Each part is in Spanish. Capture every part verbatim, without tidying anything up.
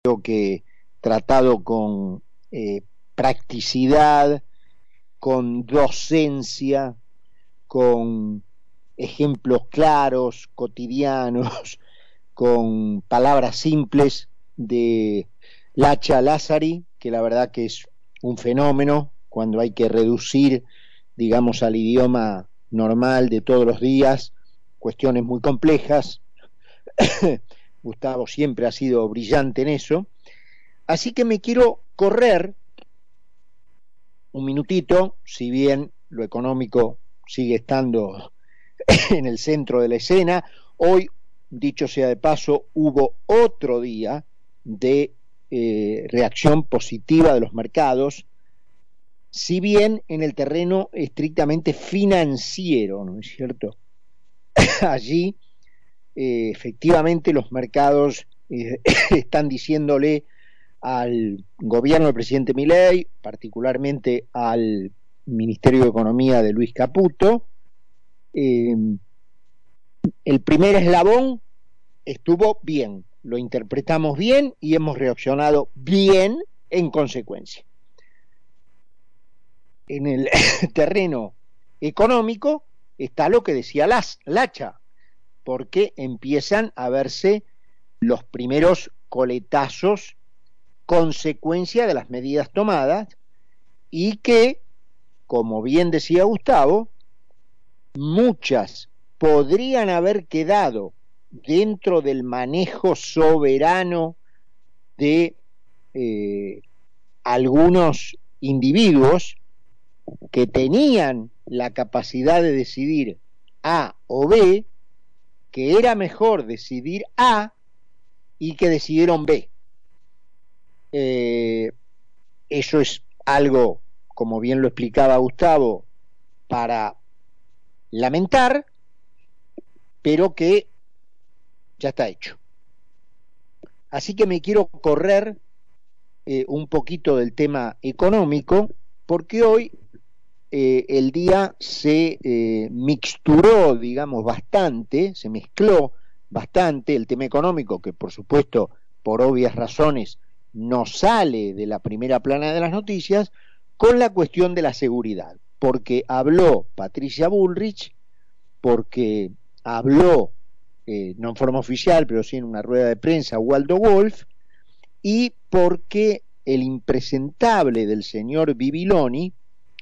creo que tratado con eh, practicidad, con docencia, con ejemplos claros, cotidianos, con palabras simples de Lacha Lázari, que la verdad que es un fenómeno cuando hay que reducir, digamos, al idioma normal de todos los días, cuestiones muy complejas. Gustavo siempre ha sido brillante en eso. Así que me quiero correr un minutito, si bien lo económico sigue estando en el centro de la escena. Hoy, dicho sea de paso, hubo otro día de eh, reacción positiva de los mercados, si bien en el terreno estrictamente financiero, ¿no es cierto? Allí, eh, efectivamente, los mercados eh, están diciéndole al gobierno del presidente Milei, particularmente al Ministerio de Economía de Luis Caputo, eh, el primer eslabón estuvo bien, lo interpretamos bien y hemos reaccionado bien en consecuencia. En el terreno económico está lo que decía Las, Lacha, porque empiezan a verse los primeros coletazos consecuencia de las medidas tomadas y que, como bien decía Gustavo, muchas podrían haber quedado dentro del manejo soberano de eh, algunos individuos que tenían la capacidad de decidir A o B, que era mejor decidir A y que decidieron B. Eh, eso es algo, como bien lo explicaba Gustavo, para lamentar, pero que ya está hecho. Así que me quiero correr eh, un poquito del tema económico, porque hoy eh, el día se eh, mixturó, digamos, bastante, se mezcló bastante el tema económico, que por supuesto, por obvias razones, no sale de la primera plana de las noticias, con la cuestión de la seguridad, porque habló Patricia Bullrich, porque habló, eh, no en forma oficial, pero sí en una rueda de prensa, Waldo Wolf, y porque el impresentable del señor Bibiloni,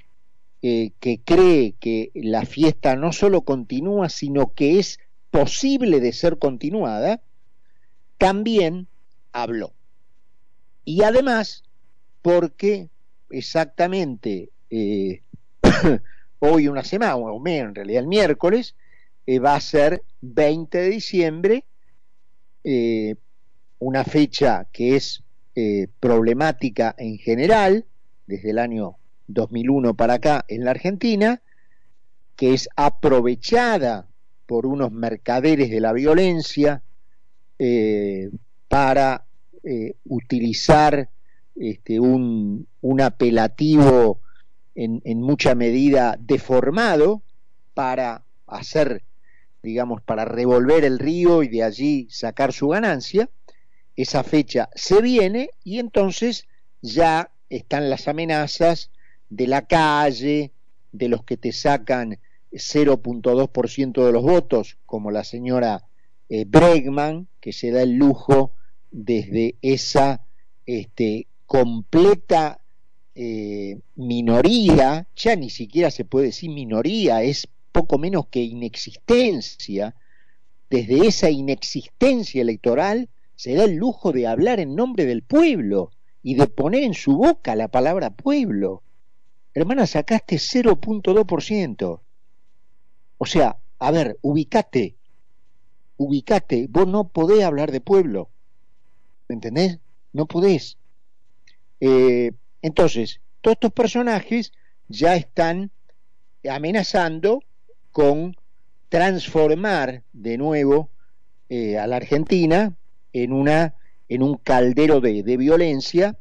eh, que cree que la fiesta no solo continúa, sino que es posible de ser continuada, también habló. Y además, porque exactamente eh, hoy una semana, o menos, en realidad el miércoles, eh, va a ser veinte de diciembre, eh, una fecha que es eh, problemática en general, desde el año dos mil uno para acá en la Argentina, que es aprovechada por unos mercaderes de la violencia eh, para eh, utilizar este, un, un apelativo en, en mucha medida deformado para hacer, digamos, para revolver el río y de allí sacar su ganancia. Esa fecha se viene y entonces ya están las amenazas de la calle, de los que te sacan cero punto dos por ciento de los votos, como la señora eh, Bregman, que se da el lujo desde esa este, completa eh, minoría, ya ni siquiera se puede decir minoría, es poco menos que inexistencia, desde esa inexistencia electoral se da el lujo de hablar en nombre del pueblo y de poner en su boca la palabra pueblo. Hermana, sacaste cero punto dos por ciento. O sea, a ver, ubicate, ubicate, vos no podés hablar de pueblo, ¿me entendés? No podés. Eh, entonces, todos estos personajes ya están amenazando con transformar de nuevo eh, a la Argentina en una en un caldero de, de violencia,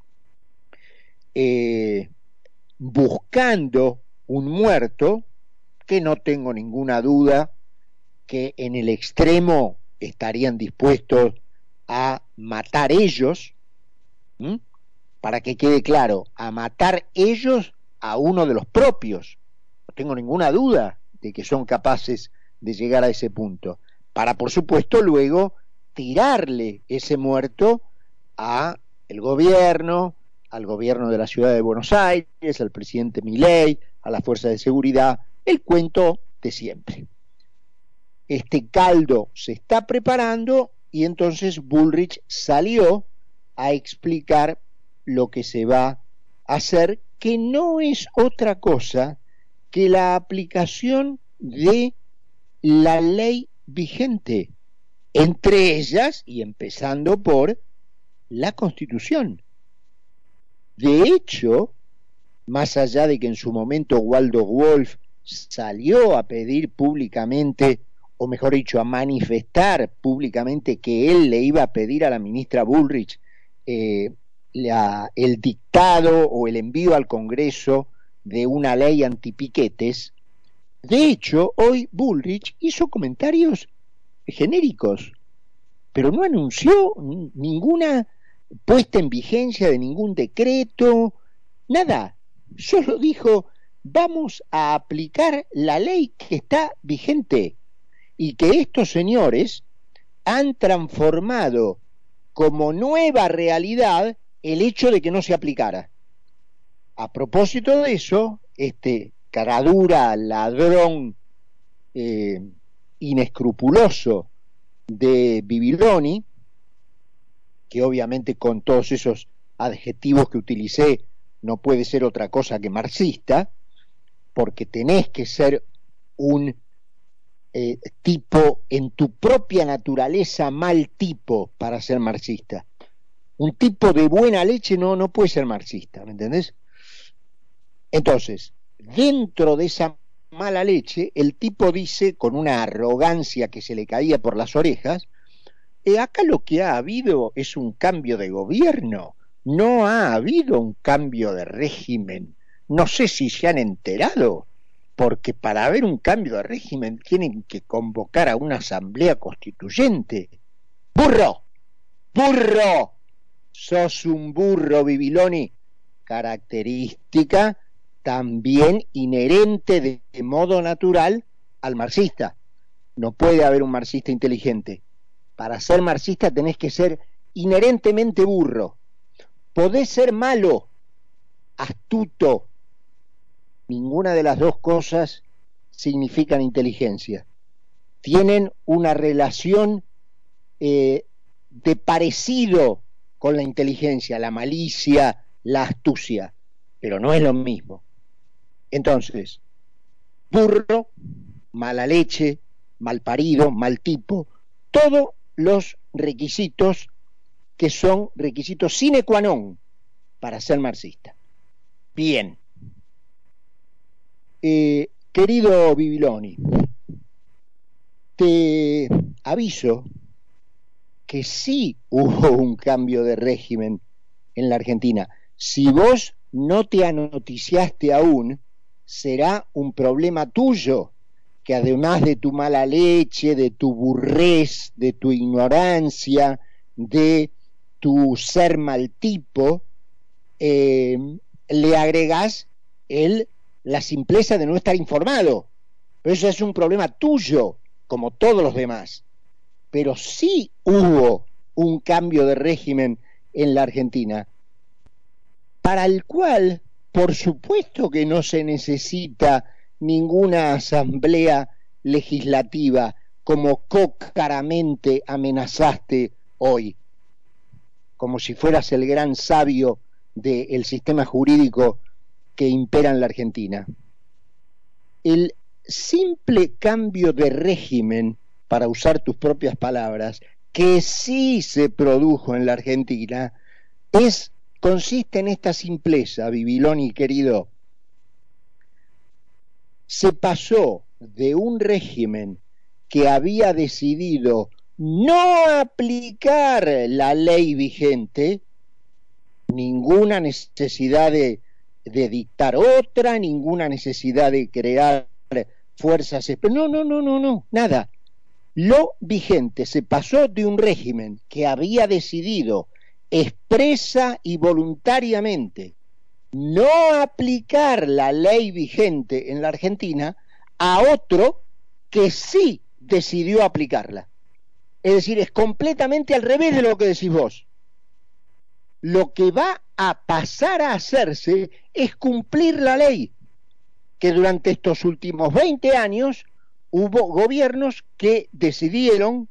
eh, buscando un muerto que no tengo ninguna duda que en el extremo estarían dispuestos a matar ellos, ¿m? Para que quede claro, a matar ellos a uno de los propios. No tengo ninguna duda de que son capaces de llegar a ese punto, para por supuesto luego tirarle ese muerto a el gobierno, al gobierno de la ciudad de Buenos Aires, al presidente Milei, a las fuerzas de seguridad, el cuento de siempre. Este caldo se está preparando y entonces Bullrich salió a explicar lo que se va a hacer, que no es otra cosa que la aplicación de la ley vigente, entre ellas y empezando por la Constitución. De hecho, más allá de que en su momento Waldo Wolf salió a pedir públicamente, o mejor dicho, a manifestar públicamente que él le iba a pedir a la ministra Bullrich eh, la, el dictado o el envío al Congreso de una ley antipiquetes, de hecho, hoy Bullrich hizo comentarios genéricos, pero no anunció ninguna puesta en vigencia de ningún decreto, nada. Solo dijo, vamos a aplicar la ley que está vigente y que estos señores han transformado como nueva realidad el hecho de que no se aplicara. A propósito de eso, este caradura, ladrón, eh, inescrupuloso de Bibiloni, que obviamente con todos esos adjetivos que utilicé no puede ser otra cosa que marxista, porque tenés que ser un eh, tipo en tu propia naturaleza mal tipo para ser marxista. Un tipo de buena leche no, no puede ser marxista, ¿me entendés? Entonces, dentro de esa mala leche, el tipo dice con una arrogancia que se le caía por las orejas, eh, acá lo que ha habido es un cambio de gobierno, no ha habido un cambio de régimen. No sé si se han enterado, porque para haber un cambio de régimen tienen que convocar a una asamblea constituyente. ¡Burro! ¡Burro! Sos un burro, Bibiloni. Característica también inherente de, de modo natural al marxista. No puede haber un marxista inteligente. Para ser marxista tenés que ser inherentemente burro. Podés ser malo, astuto. Ninguna de las dos cosas significan inteligencia. Tienen una relación eh, de parecido con la inteligencia, la malicia, la astucia, pero no es lo mismo. Entonces, burro, mala leche, mal parido, mal tipo, todos los requisitos que son requisitos sine qua non para ser marxista. Bien. Eh, querido Bibiloni, te aviso que sí hubo un cambio de régimen en la Argentina. Si vos no te anoticiaste aún, será un problema tuyo, que además de tu mala leche, de tu burrez, de tu ignorancia, de tu ser mal tipo, eh, le agregás el, la simpleza de no estar informado. Pero eso es un problema tuyo, como todos los demás. Pero sí hubo un cambio de régimen en la Argentina, para el cual, por supuesto que no se necesita ninguna asamblea legislativa, como cócaramente amenazaste hoy, como si fueras el gran sabio del sistema jurídico que impera en la Argentina. El simple cambio de régimen, para usar tus propias palabras, que sí se produjo en la Argentina, es, consiste en esta simpleza, Bibiloni querido. Se pasó de un régimen que había decidido no aplicar la ley vigente, ninguna necesidad de, de dictar otra, ninguna necesidad de crear fuerzas, no, no, no, no, no, nada. lo vigente se pasó de un régimen que había decidido expresa y voluntariamente no aplicar la ley vigente en la Argentina a otro que sí decidió aplicarla. Es decir, es completamente al revés de lo que decís vos. Lo que va a pasar a hacerse es cumplir la ley, que durante estos últimos veinte años hubo gobiernos que decidieron,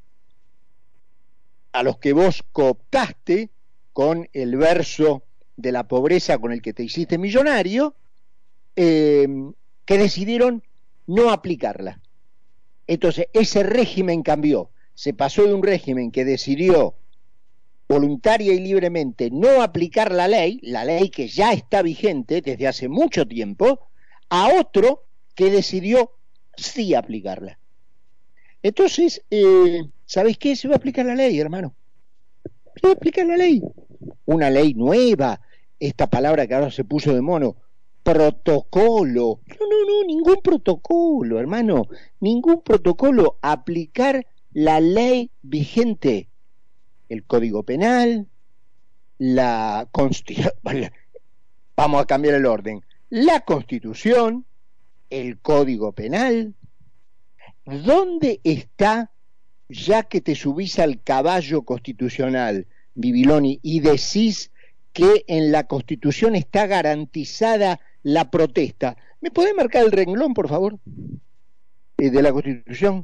a los que vos cooptaste con el verso de la pobreza con el que te hiciste millonario, eh, que decidieron no aplicarla. Entonces, ese régimen cambió. Se pasó de un régimen que decidió voluntaria y libremente no aplicar la ley, la ley que ya está vigente desde hace mucho tiempo, a otro que decidió sí aplicarla. Entonces, eh, ¿sabés qué? Se va a aplicar la ley, hermano. Se va a aplicar la ley. Una ley nueva, esta palabra que ahora se puso de mono, protocolo. No, no, no, ningún protocolo, hermano. Ningún protocolo. Aplicar la ley vigente. El Código Penal, la Constitución, vamos a cambiar el orden, la Constitución, el Código Penal. ¿Dónde está, ya que te subís al caballo constitucional, Bibiloni, y decís que en la Constitución está garantizada la protesta? ¿Me podés marcar el renglón, por favor, eh, de la Constitución?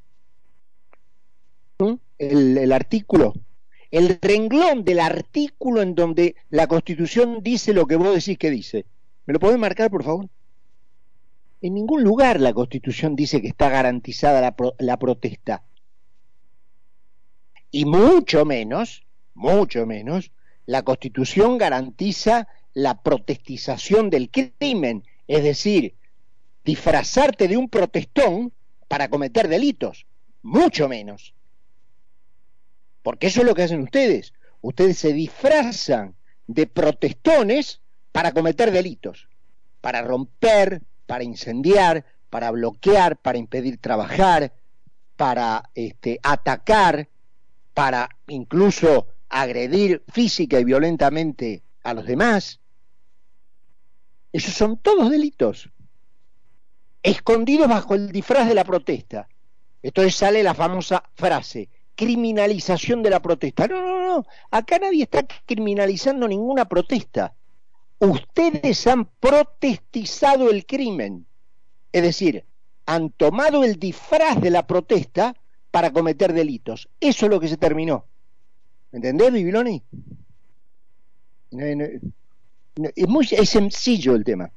¿Mm? El, el artículo. El renglón del artículo en donde la Constitución dice lo que vos decís que dice. ¿Me lo podés marcar, por favor? En ningún lugar la Constitución dice que está garantizada la, pro, la protesta. Y mucho menos, mucho menos, la Constitución garantiza la protestización del crimen, es decir, disfrazarte de un protestón para cometer delitos, mucho menos. Porque eso es lo que hacen ustedes. Ustedes se disfrazan de protestones para cometer delitos, para romper, para incendiar, para bloquear, para impedir trabajar, para este, atacar, para incluso agredir física y violentamente a los demás. Esos son todos delitos, escondidos bajo el disfraz de la protesta. Entonces sale la famosa frase: criminalización de la protesta. No, no, no, acá nadie está criminalizando ninguna protesta. Ustedes han protestizado el crimen, es decir, han tomado el disfraz de la protesta para cometer delitos. Eso es lo que se terminó. ¿Entendés, Bibiloni? No, no, no, es muy es sencillo el tema.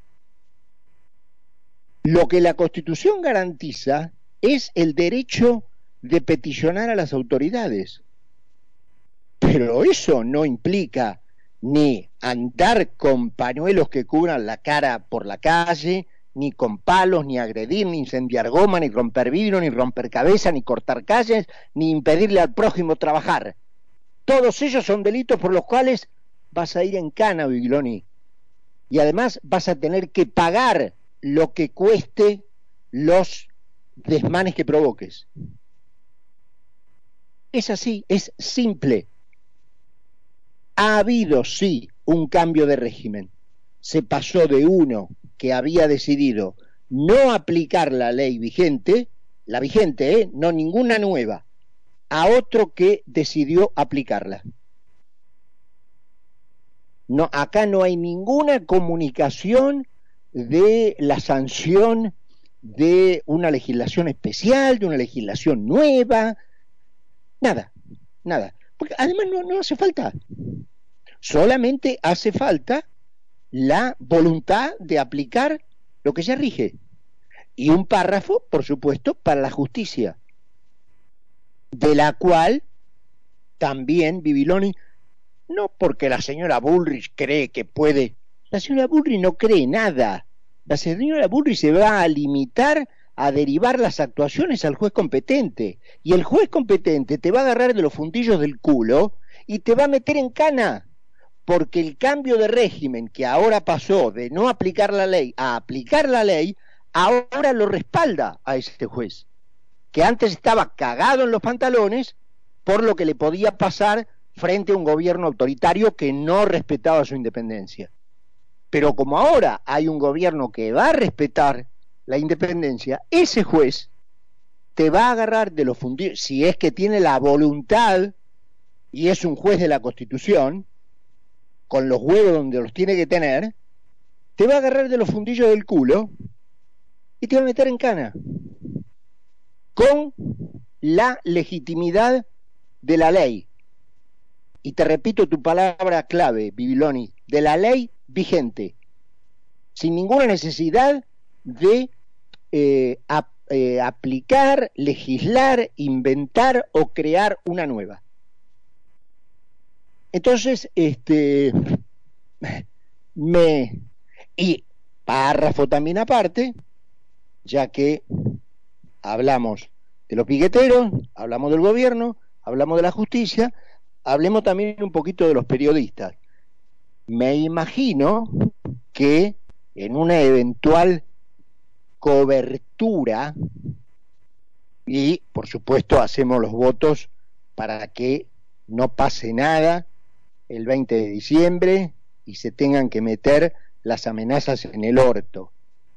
Lo que la Constitución garantiza es el derecho de peticionar a las autoridades, pero eso no implica ni andar con pañuelos que cubran la cara por la calle, ni con palos, ni agredir, ni incendiar goma, ni romper vidrio, ni romper cabeza, ni cortar calles, ni impedirle al prójimo trabajar. Todos ellos son delitos por los cuales vas a ir en cana, Bibiloni, y además vas a tener que pagar lo que cueste los desmanes que provoques. Es así, es simple. Ha habido, sí, un cambio de régimen. Se pasó de uno que había decidido no aplicar la ley vigente, la vigente, ¿eh? No ninguna nueva, a otro que decidió aplicarla. No, acá no hay ninguna comunicación de la sanción de una legislación especial, de una legislación nueva. Nada, nada. Porque además no, no hace falta. Solamente hace falta la voluntad de aplicar lo que ya rige. Y un párrafo, por supuesto, para la justicia, de la cual también Bibiloni, no porque la señora Bullrich cree que puede, la señora Bullrich no cree nada. La señora Bullrich se va a limitar a derivar las actuaciones al juez competente, y el juez competente te va a agarrar de los fundillos del culo y te va a meter en cana, porque el cambio de régimen que ahora pasó de no aplicar la ley a aplicar la ley, ahora lo respalda a ese juez. que antes estaba cagado en los pantalones por lo que le podía pasar frente a un gobierno autoritario que no respetaba su independencia. Pero como ahora hay un gobierno que va a respetar la independencia, ese juez te va a agarrar de los fundillos, si es que tiene la voluntad y es un juez de la Constitución, con los huevos donde los tiene que tener, te va a agarrar de los fundillos del culo y te va a meter en cana con la legitimidad de la ley. Y te repito tu palabra clave, Bibiloni, de la ley vigente, sin ninguna necesidad de eh, ap eh, aplicar, legislar, inventar o crear una nueva. Entonces, este, me, y párrafo también aparte, ya que hablamos de los piqueteros, hablamos del gobierno, hablamos de la justicia, hablemos también un poquito de los periodistas. Me imagino que en una eventual cobertura, y por supuesto hacemos los votos para que no pase nada el veinte de diciembre y se tengan que meter las amenazas en el orto,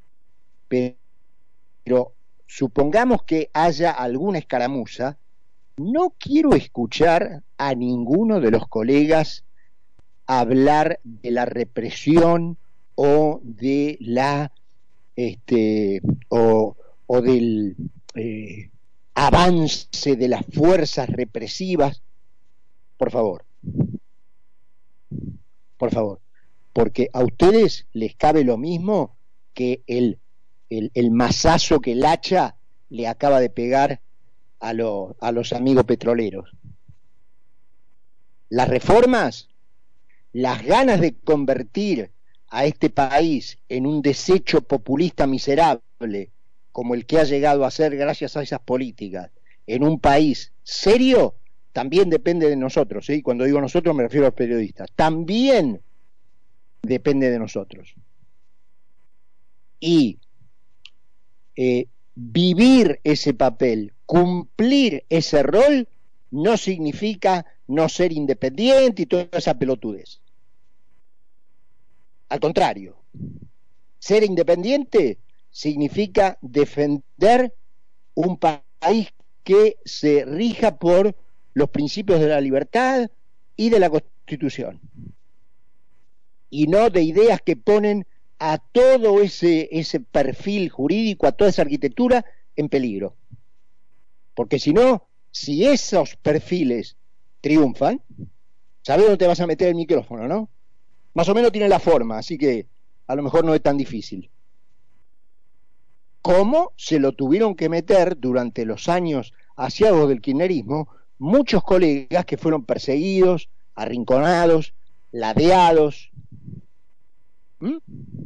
pero supongamos que haya alguna escaramuza, no quiero escuchar a ninguno de los colegas hablar de la represión o de la este o, o del eh, avance de las fuerzas represivas. Por favor, por favor, porque a ustedes les cabe lo mismo que el, el, el mazazo que el hacha le acaba de pegar a, lo, a los amigos petroleros. Las reformas, las ganas de convertir a este país en un desecho populista miserable, como el que ha llegado a ser gracias a esas políticas, en un país serio, también depende de nosotros, ¿sí? Cuando digo nosotros me refiero a los periodistas, también depende de nosotros. Y eh, vivir ese papel, cumplir ese rol, no significa no ser independiente y toda esa pelotudez. Al contrario, ser independiente significa defender un país que se rija por los principios de la libertad y de la Constitución, y no de ideas que ponen a todo ese, ese perfil jurídico, a toda esa arquitectura en peligro. Porque si no, si esos perfiles triunfan, ¿sabes dónde te vas a meter el micrófono, no? Más o menos tiene la forma, así que a lo mejor no es tan difícil. ¿Cómo se lo tuvieron que meter durante los años asiagos del kirchnerismo muchos colegas que fueron perseguidos, arrinconados, ladeados? ¿Mm?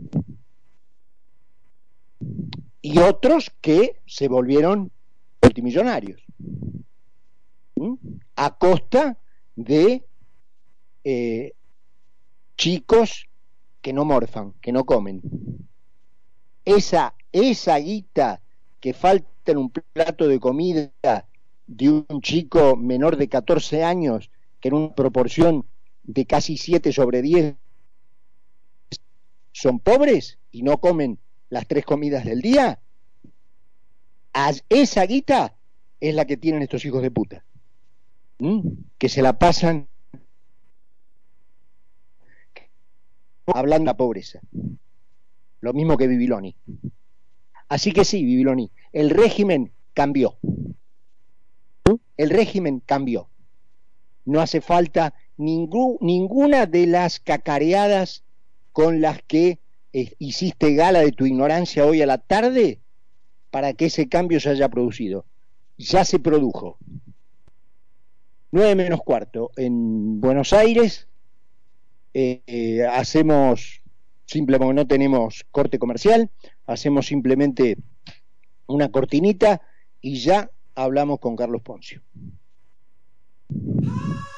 Y otros que se volvieron multimillonarios, ¿Mm? a costa de eh, chicos que no morfan, que no comen. Esa, esa guita que falta en un plato de comida de un chico menor de catorce años, que en una proporción de casi siete sobre diez son pobres y no comen las tres comidas del día, esa guita es la que tienen estos hijos de puta, ¿Mm? que se la pasan hablando de la pobreza, lo mismo que Bibiloni. Así que sí, Bibiloni, el régimen cambió, el régimen cambió, no hace falta ningún, ninguna de las cacareadas con las que eh, hiciste gala de tu ignorancia hoy a la tarde para que ese cambio se haya producido. Ya se produjo. Nueve menos cuarto en Buenos Aires. Eh, eh, hacemos, simplemente no tenemos corte comercial, hacemos simplemente una cortinita y ya hablamos con Carlos Poncio.